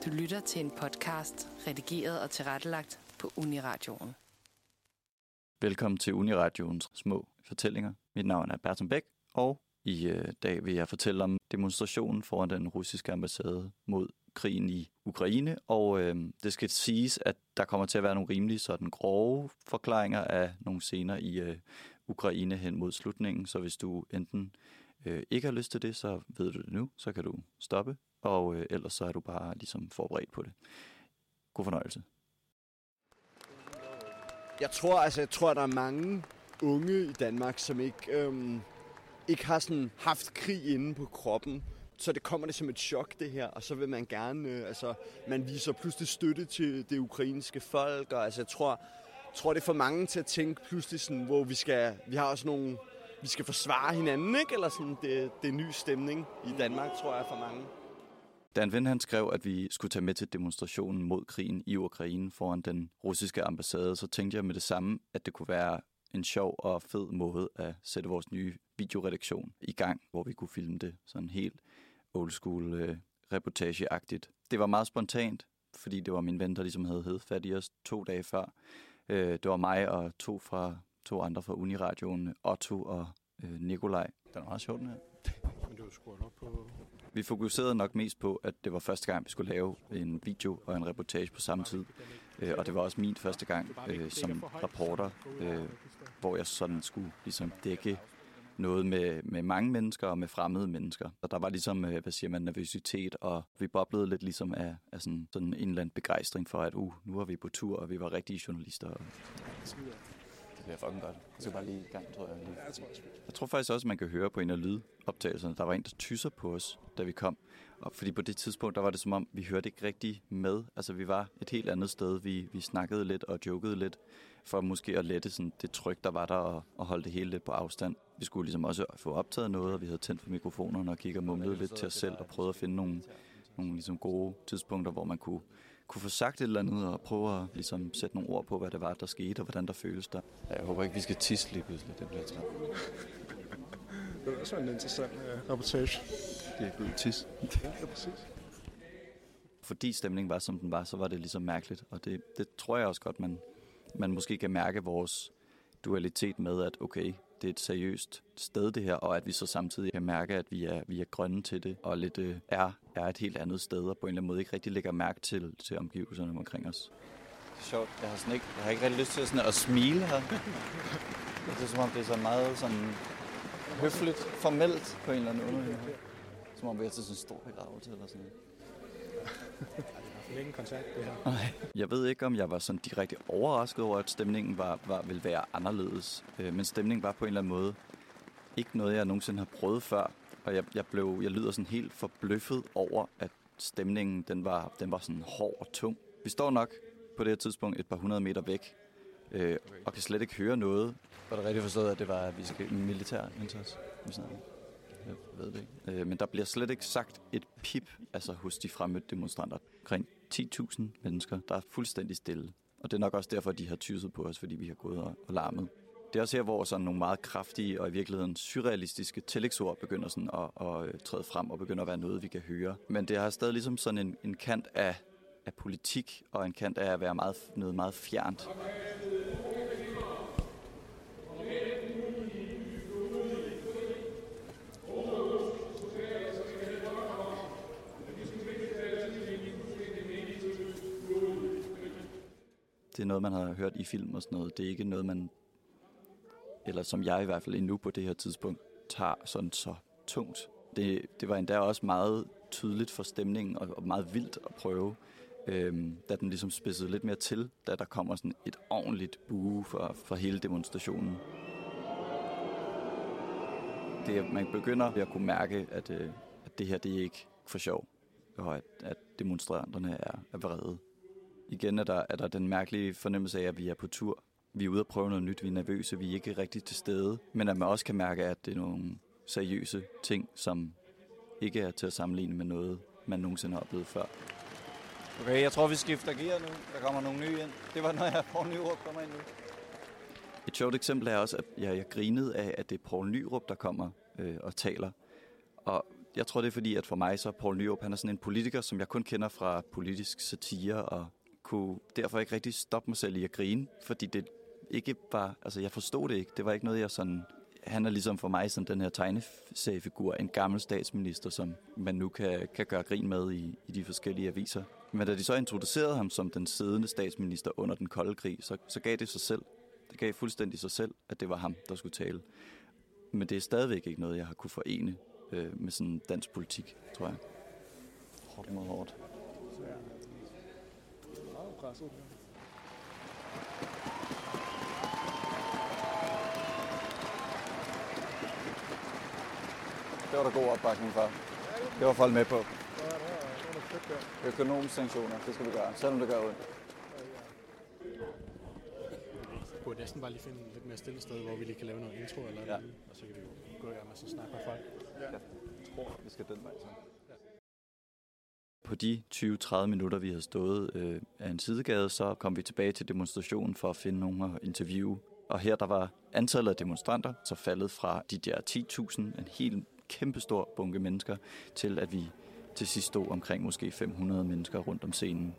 Du lytter til en podcast, redigeret og tilrettelagt på Uniradioen. Velkommen til Uniradioens små fortællinger. Mit navn er Berton Bæk, og i dag vil jeg fortælle om demonstrationen foran den russiske ambassade mod krigen i Ukraine. Og det skal siges, at der kommer til at være nogle rimelig sådan grove forklaringer af nogle scener i Ukraine hen mod slutningen. Så hvis du enten ikke har lyst til det, så ved du det nu, så kan du stoppe. Og ellers så er du bare ligesom forberedt på det. God fornøjelse. Jeg tror, at der er mange unge i Danmark, som ikke har sådan haft krig inde på kroppen. Så det kommer det som et chok, det her. Og så vil man gerne, man viser pludselig støtte til det ukrainske folk. Og jeg tror, det er for mange til at tænke pludselig sådan, hvor vi har også nogle, vi skal forsvare hinanden, ikke? Eller sådan, det er ny stemning i Danmark, tror jeg, for mange. Da en ven han skrev, at vi skulle tage med til demonstrationen mod krigen i Ukraine foran den russiske ambassade, så tænkte jeg med det samme, at det kunne være en sjov og fed måde at sætte vores nye videoredaktion i gang, hvor vi kunne filme det sådan helt old school reportageagtigt. Det var meget spontant, fordi det var min ven, der ligesom havde hedfat i os 2 dage før. Det var mig og to andre fra Uniradioen, Otto og Nikolaj. Den var meget sjov, den her. Men det var sgu nok på... Vi fokuserede nok mest på, at det var første gang, vi skulle lave en video og en reportage på samme tid. Og det var også min første gang som reporter, hvor jeg sådan skulle ligesom dække noget med mange mennesker og med fremmede mennesker. Og der var ligesom, nervøsitet, og vi boblede lidt ligesom af sådan en eller anden begejstring for, at nu er vi på tur, og vi var rigtige journalister. Det bliver fucking godt. Jeg skal bare lige i gang, tror jeg. Jeg tror faktisk også, at man kan høre på en af lydoptagelserne, der var en, der tysser på os, da vi kom. Og fordi på det tidspunkt, der var det som om, vi hørte ikke rigtig med. Altså, vi var et helt andet sted. Vi snakkede lidt og jokede lidt, for måske at lette sådan det tryk, der var der, og holde det hele lidt på afstand. Vi skulle ligesom også få optaget noget, og vi havde tændt for mikrofonerne og kigget og mumlede lidt til os selv, og prøvede at finde nogle ligesom gode tidspunkter, hvor man kunne få sagt et eller andet, og prøve at ligesom sætte nogle ord på, hvad det var, der skete, og hvordan der føles der. Jeg håber ikke, vi skal tisse lige pludselig. Det bliver træt. Det var også en interessant reportage. Det er blevet tis. Ja, præcis. Fordi stemningen var, som den var, så var det ligesom mærkeligt. Og det tror jeg også godt, man måske kan mærke vores dualitet med, at okay, det er et seriøst sted det her, og at vi så samtidig kan mærke, at vi er grønne til det, og lidt er et helt andet sted, og på en eller anden måde ikke rigtig lægger mærke til omgivelserne omkring os. Det er sjovt. Jeg har ikke rigtig lyst til at smile her. Det er som om, det er så meget sådan høfligt, formelt på en eller anden måde. Som om vi er til sådan en stor begravelse eller sådan noget. Ingen kontakt, det her. Nej. Jeg ved ikke, om jeg var sådan direkte overrasket over, at stemningen ville være anderledes. Men stemningen var på en eller anden måde ikke noget, jeg nogensinde har prøvet før. Og jeg lyder sådan helt forbløffet over, at stemningen den var sådan hård og tung. Vi står nok på det her tidspunkt et par 100 meter væk, og kan slet ikke høre noget. Var det rigtigt forstået, at det var, at vi skal militær indsats? Jeg ved det ikke. Men der bliver slet ikke sagt et pip hos de fremmødte demonstranter. Omkring 10.000 mennesker, der er fuldstændig stille. Og det er nok også derfor, de har tysset på os, fordi vi har gået og larmet. Det er også her, hvor sådan nogle meget kraftige og i virkeligheden surrealistiske tillægsord begynder sådan at træde frem og begynder at være noget, vi kan høre. Men det har stadig ligesom sådan en kant af politik og en kant af at være noget meget fjernt. Det er noget, man har hørt i film og sådan noget. Det er ikke noget, man, eller som jeg i hvert fald endnu på det her tidspunkt, tager sådan så tungt. Det var endda også meget tydeligt for stemningen og meget vildt at prøve, da den ligesom spidsede lidt mere til, da der kommer sådan et ordentligt bue for hele demonstrationen. Man begynder at kunne mærke, at det her det er ikke for sjov, og at demonstranterne er vrede. Igen er der den mærkelige fornemmelse af, at vi er på tur. Vi er ude at prøve noget nyt, vi er nervøse, vi er ikke rigtig til stede. Men at man også kan mærke, at det er nogle seriøse ting, som ikke er til at sammenligne med noget, man nogensinde har oplevet før. Okay, jeg tror, vi skifter gear nu. Der kommer nogle nye ind. Det var, når Poul Nyrup kommer ind nu. Et sjovt eksempel er også, at jeg grinede af, at det er Poul Nyrup, der kommer og taler. Og Jeg tror, det er fordi, at for mig så er Poul Nyrup, han er sådan en politiker, som jeg kun kender fra politisk satire, og kunne derfor ikke rigtig stoppe mig selv i at grine, fordi det ikke var, altså jeg forstod det ikke. Det var ikke noget, jeg sådan, han er ligesom for mig sådan den her tegneseriefigur, en gammel statsminister, som man nu kan gøre grin med i de forskellige aviser. Men da de så introducerede ham som den siddende statsminister under den kolde krig, så gav det sig selv. Det gav fuldstændig sig selv, at det var ham, der skulle tale. Men det er stadigvæk ikke noget, jeg har kunne forene med sådan dansk politik, tror jeg. Hårdt mod hårdt. Meget presset. Det var der god opbakning for. Det var folk med på. Økonomiske sanktioner, det skal vi gøre, selvom det gør ondt. Vi burde næsten bare lige finde lidt mere stille sted, hvor vi lige kan lave noget intro eller noget, og så kan vi jo gå i gang med at snakke med folk. Ja. Jeg tror, vi skal den vej så. På de 20-30 minutter, vi havde stået af en sidegade, så kom vi tilbage til demonstrationen for at finde nogen at interviewe. Og her der var antallet af demonstranter så faldet fra de der 10.000, en helt kæmpestor bunke mennesker, til at vi til sidst stod omkring måske 500 mennesker rundt om scenen.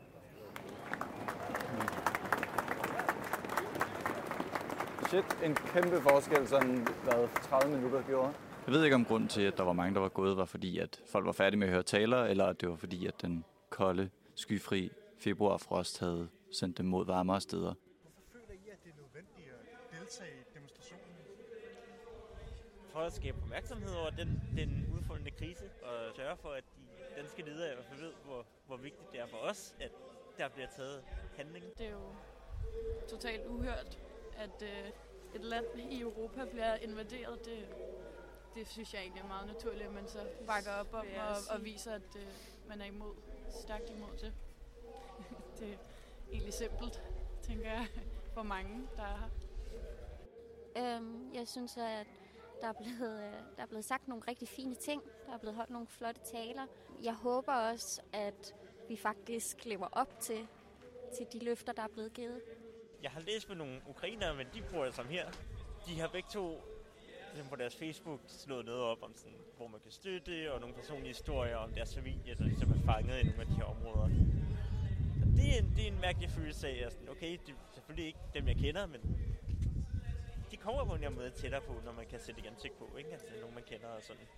Shit, en kæmpe forskel, sådan hvad 30 minutter gjorde. Jeg ved ikke om grunden til, at der var mange, der var gået, var fordi, at folk var færdige med at høre taler, eller at det var fordi, at den kolde, skyfri februarfrost havde sendt dem mod varmere steder. Hvorfor føler I, at det er nødvendigt at deltage i demonstrationen? For at skabe opmærksomhed over den udfordrende krise, og sørge for, at de danske ledere i hvert fald ved, hvor vigtigt det er for os, at der bliver taget handling. Det er jo totalt uhørt, at et land i Europa bliver invaderet. Det synes jeg egentlig er meget naturligt, at man så bakker op om og viser, at man er stærkt imod det. Det er egentlig simpelt, tænker jeg, for mange, der er her. Jeg synes, at der er blevet sagt nogle rigtig fine ting. Der er blevet holdt nogle flotte taler. Jeg håber også, at vi faktisk lever op til de løfter, der er blevet givet. Jeg har læst med nogle ukrainere, men de bor som her. De har begge to på deres Facebook slået noget op om, sådan, hvor man kan støtte, og nogle personlige historier om deres familie, der ligesom er fanget i nogle af de her områder. Og det er en mærkelig følelse af, at sådan, okay, det er selvfølgelig ikke dem, jeg kender, men de kommer på en eller anden måde tættere på, når man kan sætte et ansigt på, ikke? Altså nogen, man kender og sådan.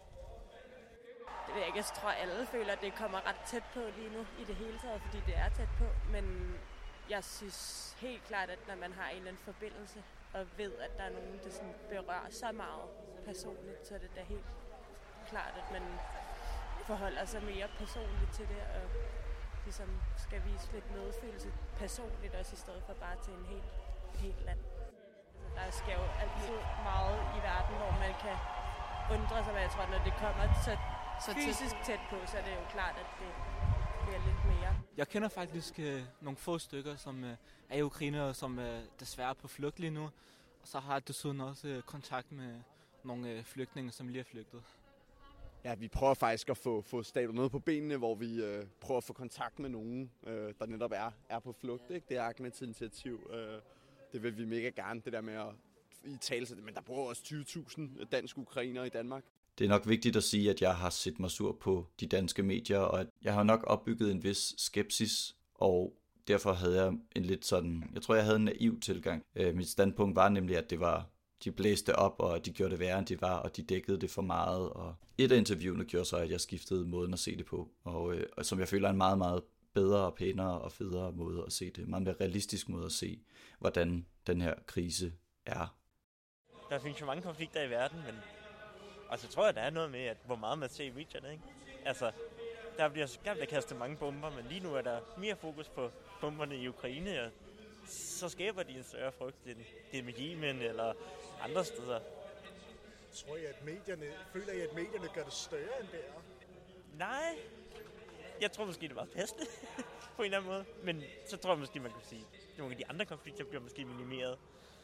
Det ved jeg ikke, jeg tror alle føler, at det kommer ret tæt på lige nu i det hele taget, fordi det er tæt på, men jeg synes helt klart, at når man har en eller anden forbindelse, og ved, at der er nogen, der sådan berører så meget personligt, så er det da helt klart, at man forholder sig mere personligt til det, og ligesom skal vise lidt medfølelse personligt, også i stedet for bare til et helt land. Altså, der sker jo altid meget i verden, hvor man kan undre sig, men jeg tror, at når det kommer så fysisk tæt på, så er det jo klart, at det bliver lidt mere. Jeg kender faktisk nogle få stykker, som er i Ukraine, og som desværre er på flugt lige nu. Og så har jeg desuden også kontakt med nogle flygtninge, som lige er flygtet. Ja, vi prøver faktisk at få stablet noget på benene, hvor vi prøver at få kontakt med nogen, der netop er på flugt. Ikke? Det er Ahmeds initiativ. Det vil vi mega gerne, det der med at i tale sig. Men der bor også 20.000 danske ukrainere i Danmark. Det er nok vigtigt at sige, at jeg har set mig sur på de danske medier, og at jeg har nok opbygget en vis skepsis, og derfor havde jeg en lidt sådan, jeg tror, jeg havde en naiv tilgang. Mit standpunkt var nemlig, at det var, de blæste op, og de gjorde det værre, end det var, og de dækkede det for meget. Og et af interviewene gjorde så, at jeg skiftede måden at se det på, og som jeg føler er en meget, meget bedre og pænere og federe måde at se det. Meget mere realistisk måde at se, hvordan den her krise er. Der findes jo mange konflikter i verden, men altså, jeg tror, at der er noget med, at hvor meget man ser i medierne, ikke? Altså, der bliver kastet mange bomber, men lige nu er der mere fokus på bomberne i Ukraine, og så skaber de en større frygt end med Yemen eller andre steder. Tror I, føler I, at medierne gør det større, end det er? Nej. Jeg tror måske, det var passende på en eller anden måde, men så tror jeg måske, man kunne sige, at nogle af de andre konflikter bliver måske minimeret.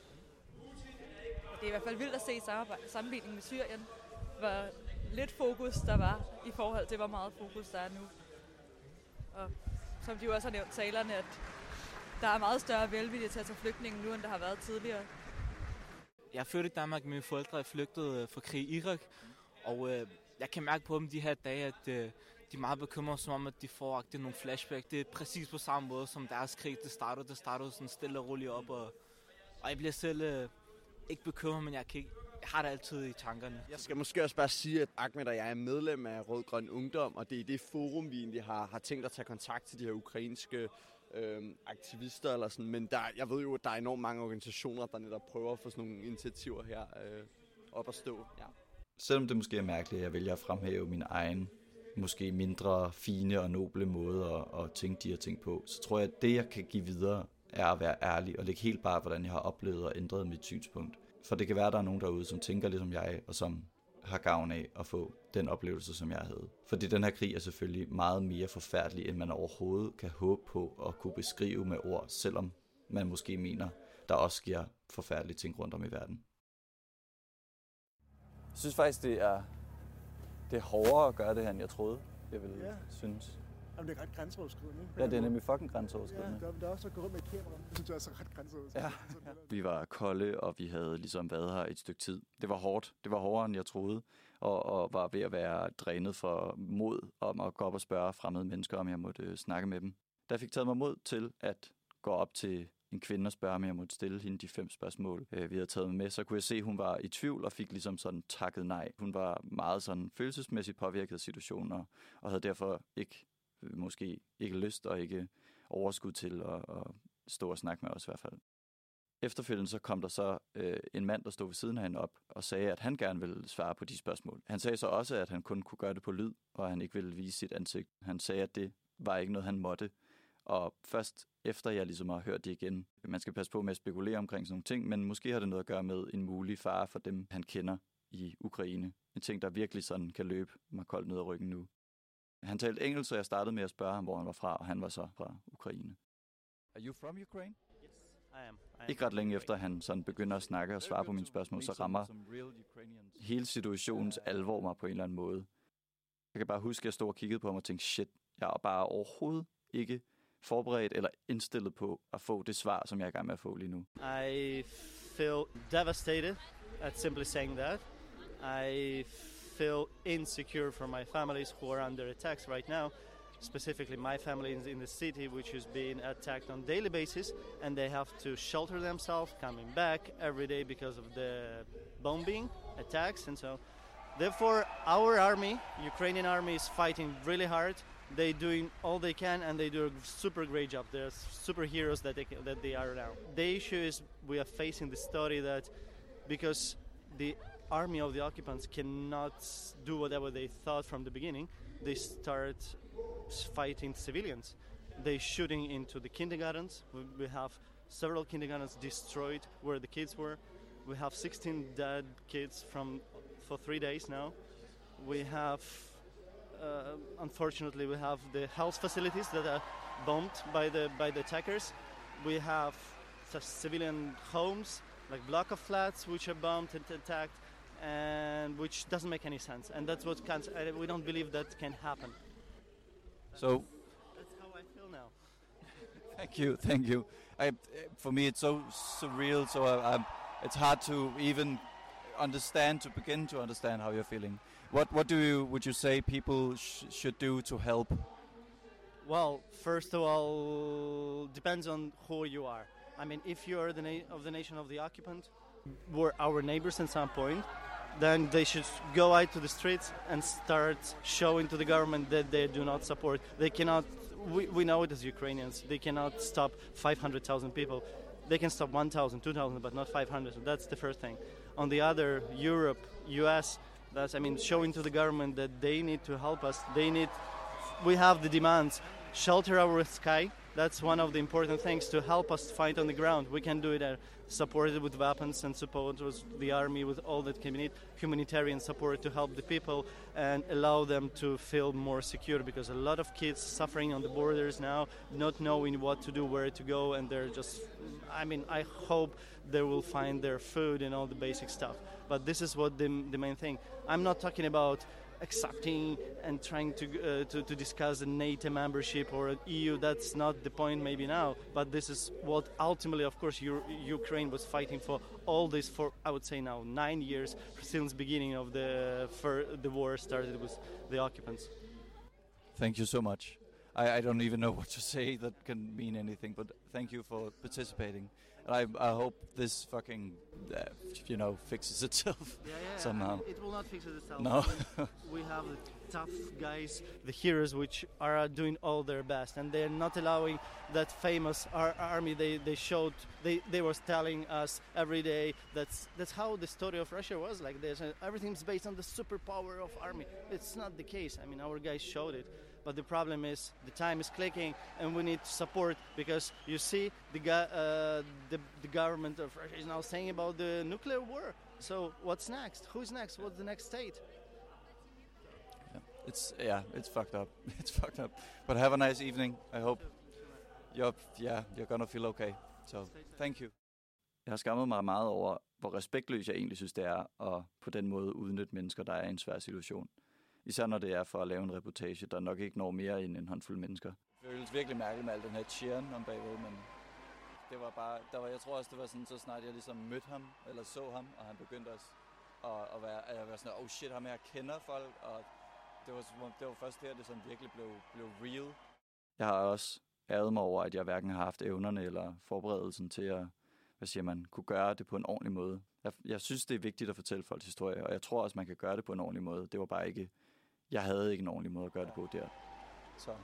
Det er i hvert fald vildt at se sammenligningen med Syrien, hvor lidt fokus der var i forhold til, hvor meget fokus der er nu. Og som de jo også har nævnt talerne, at der er meget større velvilje til at tage flygtninge nu, end der har været tidligere. Jeg er født i Danmark, mine forældre er flygtet fra krig i Irak, og jeg kan mærke på dem de her dage, at de er meget bekymrede, som om at de får nogle flashback. Det er præcis på samme måde som deres krig. Det startede sådan stille og roligt op, og jeg bliver selv ikke bekymret, men jeg har det altid i tankerne. Jeg skal måske også bare sige, at Ahmed og jeg er medlem af Rød-Grøn Ungdom, og det er det forum, vi egentlig har tænkt at tage kontakt til de her ukrainske aktivister eller sådan. Men jeg ved jo, at der er enormt mange organisationer, der netop prøver at få sådan nogle initiativer her op at stå. Ja. Selvom det måske er mærkeligt, at jeg vælger at fremhæve min egen, måske mindre fine og noble måde at tænke de her ting på, så tror jeg, at det, jeg kan give videre, er at være ærlig og lægge helt bare, hvordan jeg har oplevet og ændret mit synspunkt. For det kan være, at der er nogen derude, som tænker ligesom jeg, og som har gavn af at få den oplevelse, som jeg havde. Fordi den her krig er selvfølgelig meget mere forfærdelig, end man overhovedet kan håbe på at kunne beskrive med ord, selvom man måske mener, der også sker forfærdelige ting rundt om i verden. Jeg synes faktisk, det er hårdere at gøre det her, end jeg troede, jeg ville synes. Jamen, det er ret grænseoverskridende. Ja, det er nemlig fucking grænseoverskridende. Ja, der er også at gå rundt med et kamera. Det synes jeg også er ret grænseoverskridende. Ja. Vi var kolde, og vi havde ligesom været her et stykke tid. Det var hårdt. Det var hårdere, end jeg troede. Og var ved at være drænet for mod om at gå op og spørge fremmede mennesker, om jeg måtte snakke med dem. Da jeg fik taget mig mod til at gå op til en kvinde og spørge, om jeg måtte stille hende de 5 spørgsmål, vi havde taget med, så kunne jeg se, at hun var i tvivl og fik ligesom sådan takket nej. Hun var meget sådan følelsesmæssigt påvirket af situationen, og havde derfor måske ikke lyst og ikke overskud til at stå og snakke med os i hvert fald. Efterfølgende så kom der så en mand, der stod ved siden af hende op og sagde, at han gerne ville svare på de spørgsmål. Han sagde så også, at han kun kunne gøre det på lyd, og han ikke ville vise sit ansigt. Han sagde, at det var ikke noget, han måtte. Og først efter jeg ligesom har hørt det igen, man skal passe på med at spekulere omkring sådan nogle ting, men måske har det noget at gøre med en mulig fare for dem, han kender i Ukraine. En ting, der virkelig sådan kan løbe mig koldt ned ad ryggen nu. Han talte engelsk, så jeg startede med at spørge ham, hvor han var fra, og han var så fra Ukraine. Are you from Ukraine? Yes, I am. Ikke ret længe efter, han sådan begynder at snakke og svare på mine spørgsmål, så rammer hele situationens alvor mig på en eller anden måde. Jeg kan bare huske, at jeg stod og kiggede på ham og tænkte, shit, jeg er bare overhovedet ikke forberedt eller indstillet på at få det svar, som jeg er i gang med at få lige nu. I feel devastated at simply saying that. I feel insecure for my families who are under attacks right now. Specifically my family in the city, which is being attacked on a daily basis, and they have to shelter themselves, coming back every day because of the bombing attacks. And so therefore our army, Ukrainian army, is fighting really hard. They're doing all they can, and they do a super great job. They're superheroes that they are now. The issue is we are facing the story that because the army of the occupants cannot do whatever they thought from the beginning, they start fighting civilians. They're shooting into the kindergartens. We have several kindergartens destroyed where the kids were. We have 16 dead kids for 3 days now. We have unfortunately, we have the health facilities that are bombed by the attackers. We have civilian homes, like block of flats, which are bombed and attacked, and which doesn't make any sense. And that's what can't. We don't believe that can happen. So that's how I feel now. Thank you. For me, it's so surreal. So it's hard to even begin to understand how you're feeling. What would you say people should do to help? Well, first of all, depends on who you are. I mean, if you are of the nation of the occupant, we're our neighbors at some point, then they should go out to the streets and start showing to the government that they do not support. They cannot. We know it as Ukrainians. They cannot stop 500,000 people. They can stop 1,000, 2,000, but not 500. So that's the first thing. On the other, Europe, US. Showing to the government that they need to help us. We have the demands. Shelter our sky. That's one of the important things to help us fight on the ground. We can do it supported with weapons and support with the army with all that can be need, humanitarian support to help the people and allow them to feel more secure, because a lot of kids suffering on the borders now, not knowing what to do, where to go, and they're just, I hope they will find their food and all the basic stuff. But this is what the main thing. I'm not talking about accepting and trying to discuss a NATO membership or an EU. That's not the point maybe now, but this is what ultimately, of course, Ukraine was fighting for all this for, I would say now, 9 years since the beginning of the war started with the occupants. Thank you so much. I don't even know what to say that can mean anything, but thank you for participating. And I hope this fucking, fixes itself somehow. It will not fix itself. No. We have the tough guys, the heroes, which are doing all their best, and they're not allowing that famous army they showed. They was telling us every day that's how the story of Russia was like this. Everything's based on the superpower of army. It's not the case. I mean, our guys showed it. But the problem is the time is clicking, and we need support because you see the government of Russia is now saying about the nuclear war. So what's next? Who's next? What's the next state? It's fucked up. It's fucked up. But have a nice evening. I hope you're gonna feel okay. So thank you. Jeg har skammet mig meget over, hvor respektløs jeg egentlig synes, det er at på den måde udnytte mennesker, der er i en svær situation. Især når det er for at lave en reportage, der nok ikke når mere end en håndfuld mennesker. Det føles virkelig mærkeligt med al den her cheeren om bagved, men det var bare, jeg tror også, det var sådan, så snart jeg ligesom mødte ham, eller så ham, og han begyndte også at være sådan, oh shit, ham her kender folk, og det var først der, det sådan virkelig blev real. Jeg har også ærget mig over, at jeg hverken har haft evnerne eller forberedelsen til at, kunne gøre det på en ordentlig måde. Jeg synes, det er vigtigt at fortælle folks historie, og jeg tror også, man kan gøre det på en ordentlig måde. Det var bare ikke, jeg havde ikke en ordentlig måde at gøre det på der. Så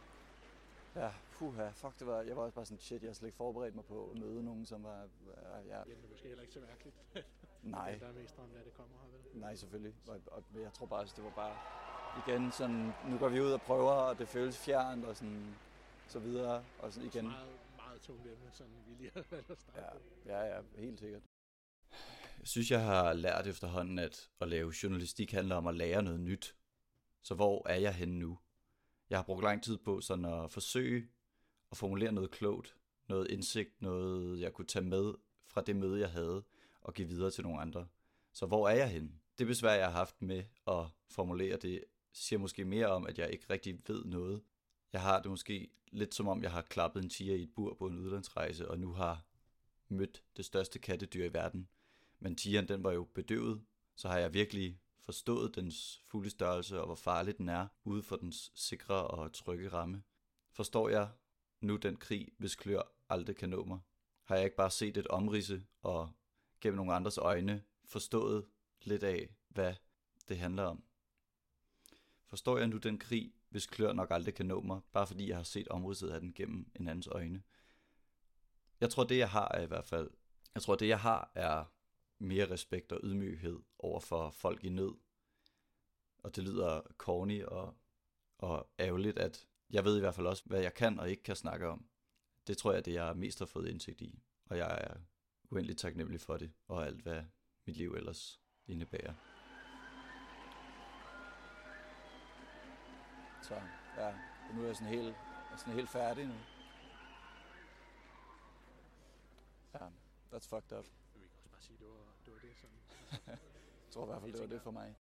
ja, fuck, jeg var også bare sådan, shit, jeg har slet ikke forberedt mig på at møde nogen, som var, Ja, det er måske heller ikke så mærkeligt. Nej. Der er mest om, hvad det kommer her, vel? Nej, selvfølgelig. Og jeg tror bare, det var bare, igen, sådan, nu går vi ud og prøver, og det føles fjernt, og sådan, så videre, og sådan igen. Meget tungt emne, sådan vi lige har valgt at starte. Ja, helt sikkert. Jeg synes, jeg har lært efterhånden, at lave journalistik handler om at lære noget nyt. Så hvor er jeg henne nu? Jeg har brugt lang tid på sådan at forsøge at formulere noget klogt, noget indsigt, noget jeg kunne tage med fra det møde, jeg havde, og give videre til nogle andre. Så hvor er jeg henne? Det besvær, jeg har haft med at formulere det, siger måske mere om, at jeg ikke rigtig ved noget. Jeg har det måske lidt som om, jeg har klappet en tiger i et bur på en udlandsrejse, og nu har mødt det største kattedyr i verden. Men tigeren, den var jo bedøvet, så har jeg virkelig forstået dens fulde størrelse og hvor farlig den er, ude for dens sikre og trygge ramme. Forstår jeg nu den krig, hvis klør aldrig kan nå mig? Har jeg ikke bare set et omridse og gennem nogle andres øjne forstået lidt af, hvad det handler om? Forstår jeg nu den krig, hvis klør nok aldrig kan nå mig, bare fordi jeg har set omridset af den gennem en andens øjne? Jeg tror, det jeg har er i hvert fald, er mere respekt og ydmyghed over for folk i nød. Og det lyder corny og ærgerligt, at jeg ved i hvert fald også, hvad jeg kan og ikke kan snakke om. Det tror jeg, det jeg mest har fået indsigt i. Og jeg er uendelig taknemmelig for det, og alt hvad mit liv ellers indebærer. Så ja, nu er jeg sådan helt færdig nu. Ja, that's fucked up. Vi kan også bare sige, det var det sådan. Jeg tror i hvert fald, det var det for mig.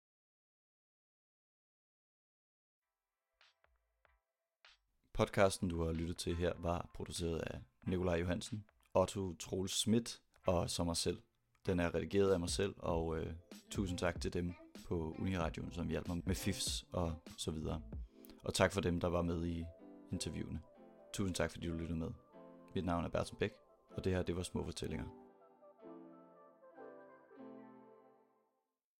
Podcasten, du har lyttet til her, var produceret af Nikolaj Johansen, Otto Troels Schmidt og så mig selv. Den er redigeret af mig selv, og tusind tak til dem på Uniradioen, som hjalp mig med fifs og så videre. Og tak for dem, der var med i interviewene. Tusind tak, fordi du lyttede med. Mit navn er Bertel Bæk, og det her, det var Små Fortællinger.